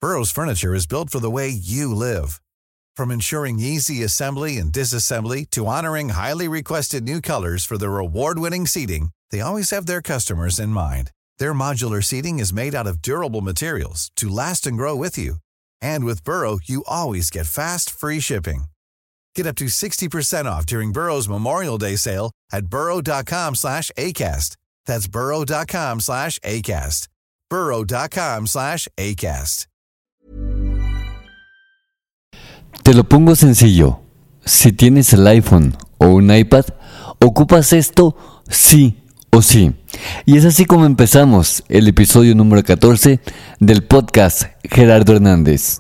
Burrow's furniture is built for the way you live. From ensuring easy assembly and disassembly to honoring highly requested new colors for their award-winning seating, they always have their customers in mind. Their modular seating is made out of durable materials to last and grow with you. And with Burrow, you always get fast, free shipping. Get up to 60% off during Burrow's Memorial Day sale at burrow.com/ACAST. That's burrow.com/ACAST. burrow.com/ACAST. Te lo pongo sencillo. Si tienes el iPhone o un iPad, ocupas esto sí o sí. Y es así como empezamos el episodio número 14 del podcast Gerardo Hernández.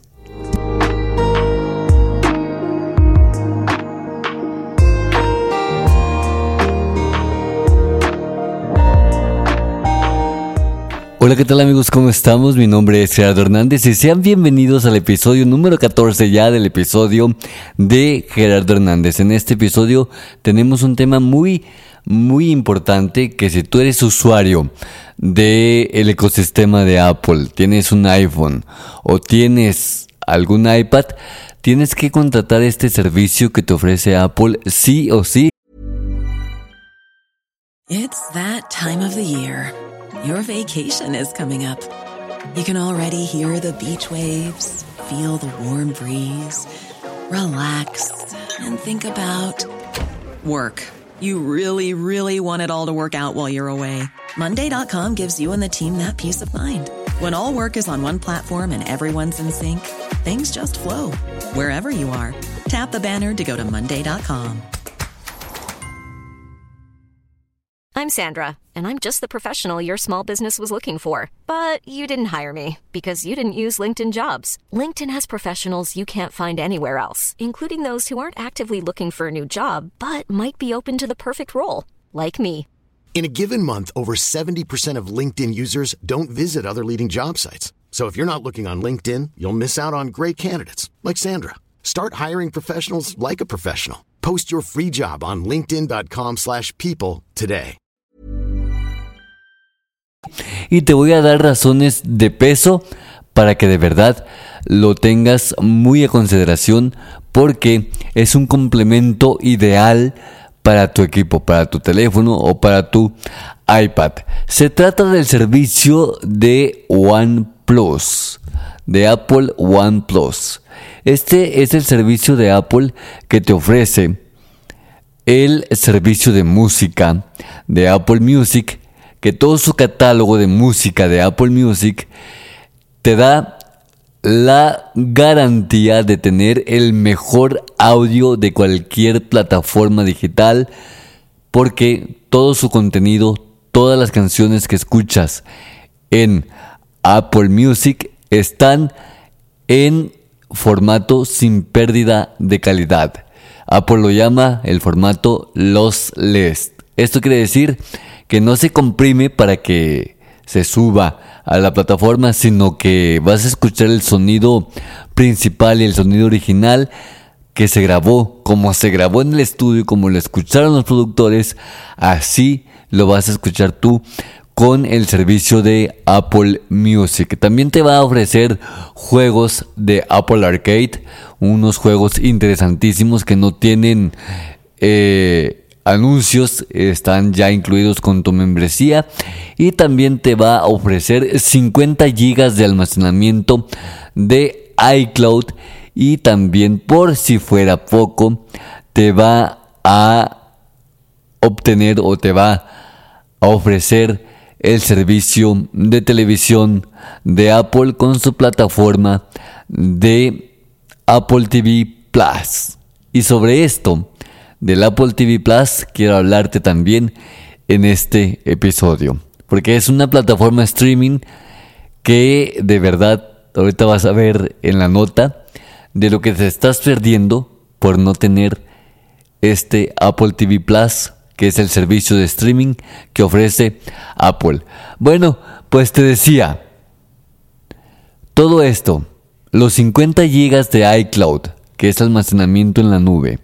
Hola, ¿qué tal amigos? ¿Cómo estamos? Mi nombre es Gerardo Hernández y sean bienvenidos al episodio número 14 ya del episodio de Gerardo Hernández. En este episodio tenemos un tema muy importante que si tú eres usuario del ecosistema de Apple, tienes un iPhone o tienes algún iPad, tienes que contratar este servicio que te ofrece Apple sí o sí. It's that time of the year. Your vacation is coming up. You can already hear the beach waves, feel the warm breeze, relax, and think about work. You really want it all to work out while you're away. Monday.com gives you and the team that peace of mind. When all work is on one platform and everyone's in sync, things just flow. Wherever you are, tap the banner to go to Monday.com. I'm Sandra, and I'm just the professional your small business was looking for. But you didn't hire me because you didn't use LinkedIn Jobs. LinkedIn has professionals you can't find anywhere else, including those who aren't actively looking for a new job, but might be open to the perfect role, like me. In a given month, over 70% of LinkedIn users don't visit other leading job sites. So if you're not looking on LinkedIn, you'll miss out on great candidates like Sandra. Start hiring professionals like a professional. Post your free job on linkedin.com/people today. Y te voy a dar razones de peso para que de verdad lo tengas muy a consideración, porque es un complemento ideal para tu equipo, para tu teléfono o para tu iPad. Se trata del servicio de OnePlus, de Apple OnePlus. Este es el servicio de Apple que te ofrece el servicio de música de Apple Music, que todo su catálogo de música de Apple Music te da la garantía de tener el mejor audio de cualquier plataforma digital, porque todo su contenido, todas las canciones que escuchas en Apple Music están en formato sin pérdida de calidad. Apple lo llama el formato lossless. Esto quiere decir que no se comprime para que se suba a la plataforma, sino que vas a escuchar el sonido principal y el sonido original que se grabó, como se grabó en el estudio, como lo escucharon los productores, así lo vas a escuchar tú con el servicio de Apple Music. También te va a ofrecer juegos de Apple Arcade, unos juegos interesantísimos que no tienen anuncios, están ya incluidos con tu membresía, y también te va a ofrecer 50 GB de almacenamiento de iCloud, y también, por si fuera poco, te va a obtener o te va a ofrecer el servicio de televisión de Apple con su plataforma de Apple TV Plus. Y sobre esto del Apple TV Plus quiero hablarte también en este episodio, porque es una plataforma streaming que de verdad ahorita vas a ver en la nota de lo que te estás perdiendo por no tener este Apple TV Plus, que es el servicio de streaming que ofrece Apple. Bueno, pues te decía, todo esto, los 50 GB de iCloud, que es almacenamiento en la nube,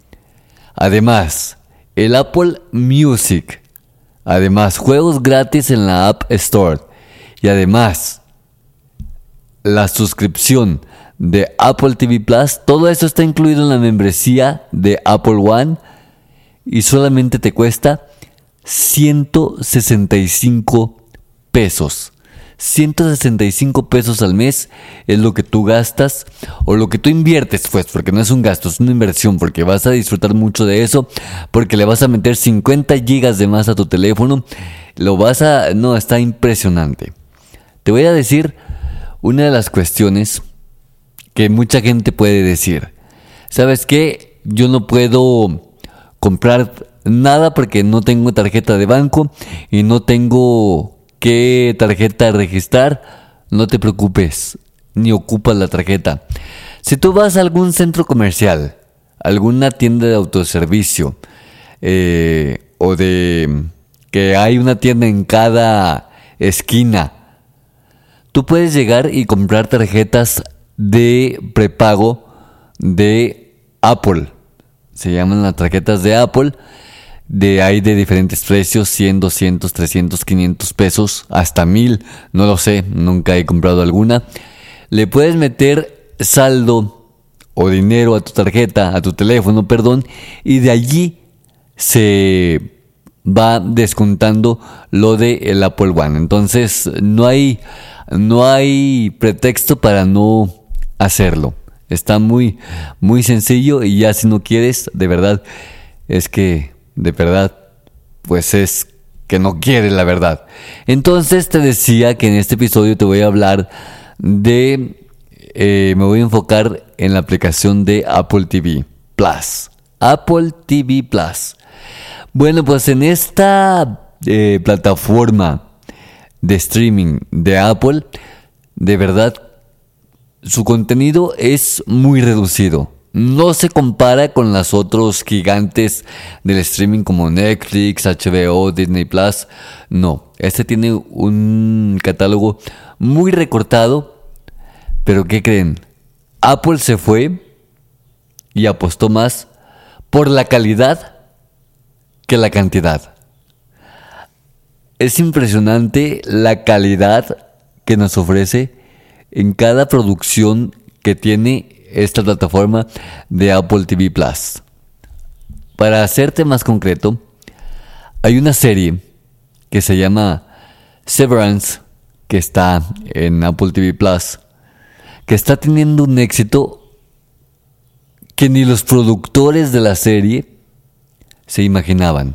además el Apple Music, además juegos gratis en la App Store, y además la suscripción de Apple TV Plus, todo eso está incluido en la membresía de Apple One y solamente te cuesta 165 pesos. 165 pesos al mes es lo que tú gastas o lo que tú inviertes, pues, porque no es un gasto, es una inversión, porque vas a disfrutar mucho de eso, porque le vas a meter 50 gigas de más a tu teléfono, no, está impresionante. Te voy a decir una de las cuestiones que mucha gente puede decir. ¿Sabes qué? Yo no puedo comprar nada porque no tengo tarjeta de banco y no tengo qué tarjeta registrar. No te preocupes, ni ocupas la tarjeta. Si tú vas a algún centro comercial, alguna tienda de autoservicio, o de que hay una tienda en cada esquina, tú puedes llegar y comprar tarjetas de prepago de Apple. Se llaman las tarjetas de Apple. Hay de diferentes precios, 100, 200, 300, 500 pesos, hasta 1000, no lo sé, nunca he comprado alguna. Le puedes meter saldo o dinero a tu tarjeta, a tu teléfono, y de allí se va descontando lo del Apple One. Entonces no hay pretexto para no hacerlo. Está muy, muy sencillo, y ya si no quieres, de verdad, pues es que no quieres la verdad. Entonces te decía que en este episodio te voy a hablar me voy a enfocar en la aplicación de Apple TV Plus. Apple TV Plus. Bueno, pues en esta plataforma de streaming de Apple, de verdad, su contenido es muy reducido. No se compara con los otros gigantes del streaming como Netflix, HBO, Disney Plus. No, este tiene un catálogo muy recortado. Pero ¿qué creen? Apple se fue y apostó más por la calidad que la cantidad. Es impresionante la calidad que nos ofrece en cada producción que tiene esta plataforma de Apple TV Plus. Para hacerte más concreto, hay una serie que se llama Severance, que está en Apple TV Plus, que está teniendo un éxito que ni los productores de la serie se imaginaban.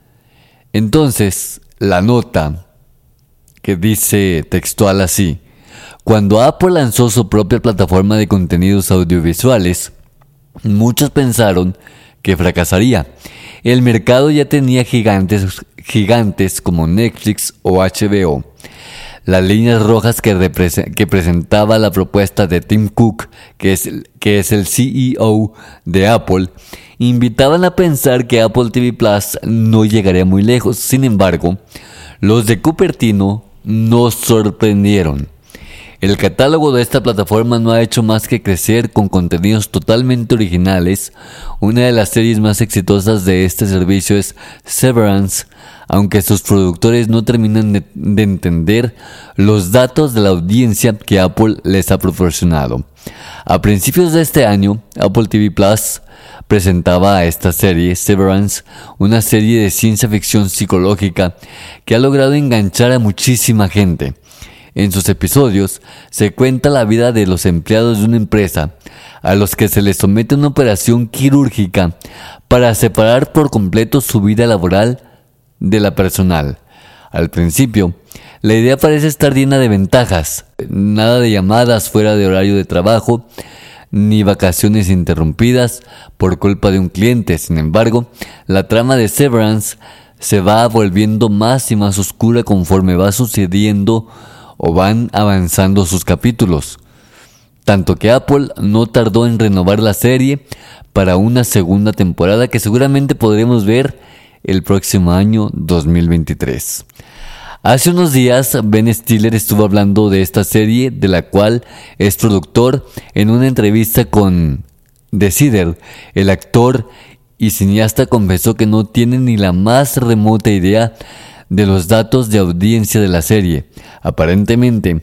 Entonces, la nota que dice textual así: cuando Apple lanzó su propia plataforma de contenidos audiovisuales, muchos pensaron que fracasaría. El mercado ya tenía gigantes como Netflix o HBO. Las líneas rojas que presentaba la propuesta de Tim Cook, que es el CEO de Apple, invitaban a pensar que Apple TV Plus no llegaría muy lejos. Sin embargo, los de Cupertino nos sorprendieron. El catálogo de esta plataforma no ha hecho más que crecer con contenidos totalmente originales. Una de las series más exitosas de este servicio es Severance, aunque sus productores no terminan de entender los datos de la audiencia que Apple les ha proporcionado. A principios de este año, Apple TV Plus presentaba a esta serie, Severance, una serie de ciencia ficción psicológica que ha logrado enganchar a muchísima gente. En sus episodios se cuenta la vida de los empleados de una empresa a los que se les somete una operación quirúrgica para separar por completo su vida laboral de la personal. Al principio, la idea parece estar llena de ventajas: nada de llamadas fuera de horario de trabajo, ni vacaciones interrumpidas por culpa de un cliente. Sin embargo, la trama de Severance se va volviendo más y más oscura conforme va sucediendo o van avanzando sus capítulos. Tanto que Apple no tardó en renovar la serie para una segunda temporada que seguramente podremos ver el próximo año 2023. Hace unos días Ben Stiller estuvo hablando de esta serie, de la cual es productor, en una entrevista con The Cider. El actor y cineasta confesó que no tiene ni la más remota idea de los datos de audiencia de la serie. Aparentemente,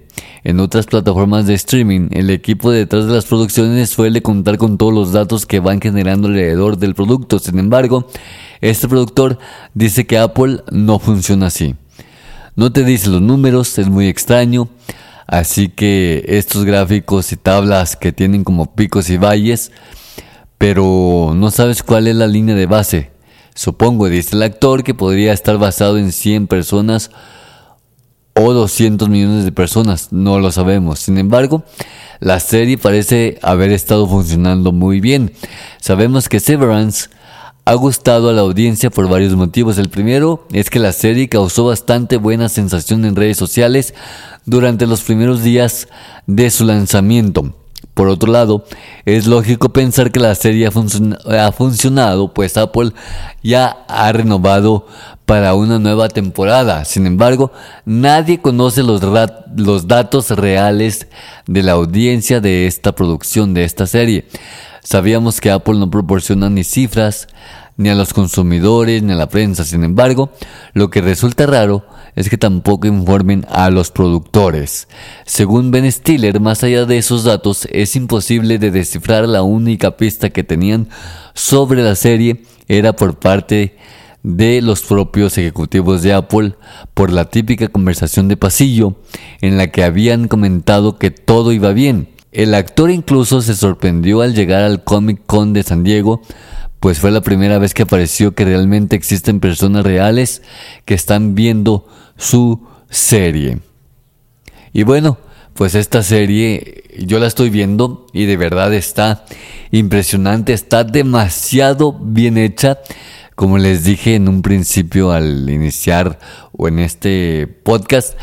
En otras plataformas de streaming, el equipo detrás de las producciones suele contar con todos los datos que van generando alrededor del producto. Sin embargo, este productor dice que Apple no funciona así. No te dice los números, es muy extraño. Así que estos gráficos y tablas que tienen como picos y valles, pero no sabes cuál es la línea de base. Supongo, dice el actor, que podría estar basado en 100 personas o 200 millones de personas, no lo sabemos. Sin embargo, la serie parece haber estado funcionando muy bien. Sabemos que Severance ha gustado a la audiencia por varios motivos. El primero es que la serie causó bastante buena sensación en redes sociales durante los primeros días de su lanzamiento. Por otro lado, es lógico pensar que la serie ha funcionado, pues Apple ya ha renovado para una nueva temporada. Sin embargo, nadie conoce los datos reales de la audiencia de esta producción, de esta serie. Sabíamos que Apple no proporciona ni cifras, ni a los consumidores, ni a la prensa. Sin embargo, lo que resulta raro es que tampoco informen a los productores. Según Ben Stiller, más allá de esos datos, es imposible de descifrar. La única pista que tenían sobre la serie era por parte de los propios ejecutivos de Apple, por la típica conversación de pasillo en la que habían comentado que todo iba bien. El actor incluso se sorprendió al llegar al Comic Con de San Diego, pues fue la primera vez que apareció que realmente existen personas reales que están viendo su serie. Y bueno, pues esta serie yo la estoy viendo y de verdad está impresionante, está demasiado bien hecha. Como les dije en un principio al iniciar o en este podcast,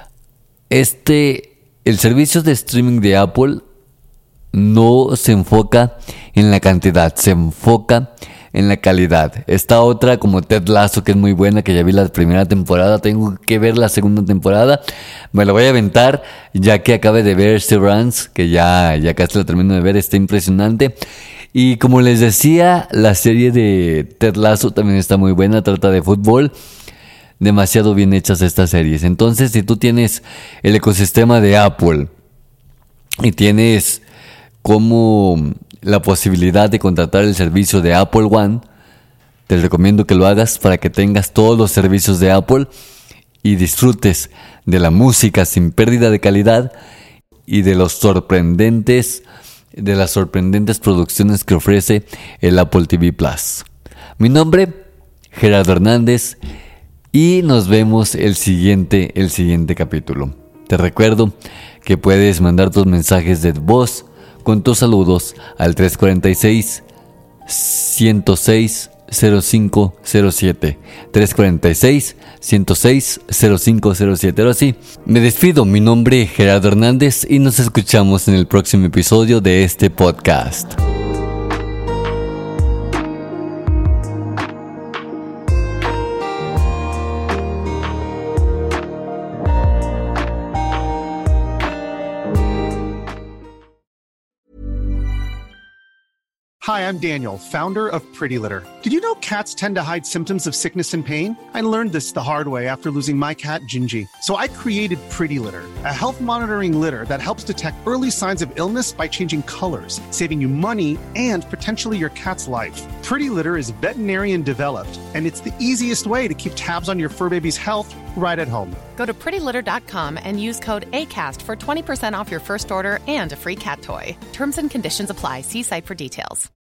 el servicio de streaming de Apple no se enfoca en la cantidad, se enfoca en la calidad. Esta otra, como Ted Lasso, que es muy buena, que ya vi la primera temporada, tengo que ver la segunda temporada, me la voy a aventar ya que acabe de ver Severance, que ya casi la termino de ver, está impresionante. Y como les decía, la serie de Ted Lasso también está muy buena, trata de fútbol. Demasiado bien hechas estas series. Entonces, si tú tienes el ecosistema de Apple y tienes como la posibilidad de contratar el servicio de Apple One, te recomiendo que lo hagas para que tengas todos los servicios de Apple y disfrutes de la música sin pérdida de calidad y de las sorprendentes producciones que ofrece el Apple TV Plus. Mi nombre, Gerardo Hernández, y nos vemos el siguiente capítulo. Te recuerdo que puedes mandar tus mensajes de voz con tus saludos al 346-106-0507. 346-106-0507. Ahora sí, me despido. Mi nombre es Gerardo Hernández y nos escuchamos en el próximo episodio de este podcast. Hi, I'm Daniel, founder of Pretty Litter. Did you know cats tend to hide symptoms of sickness and pain? I learned this the hard way after losing my cat, Gingy. So I created Pretty Litter, a health monitoring litter that helps detect early signs of illness by changing colors, saving you money and potentially your cat's life. Pretty Litter is veterinarian developed, and it's the easiest way to keep tabs on your fur baby's health right at home. Go to prettylitter.com and use code ACAST for 20% off your first order and a free cat toy. Terms and conditions apply. See site for details.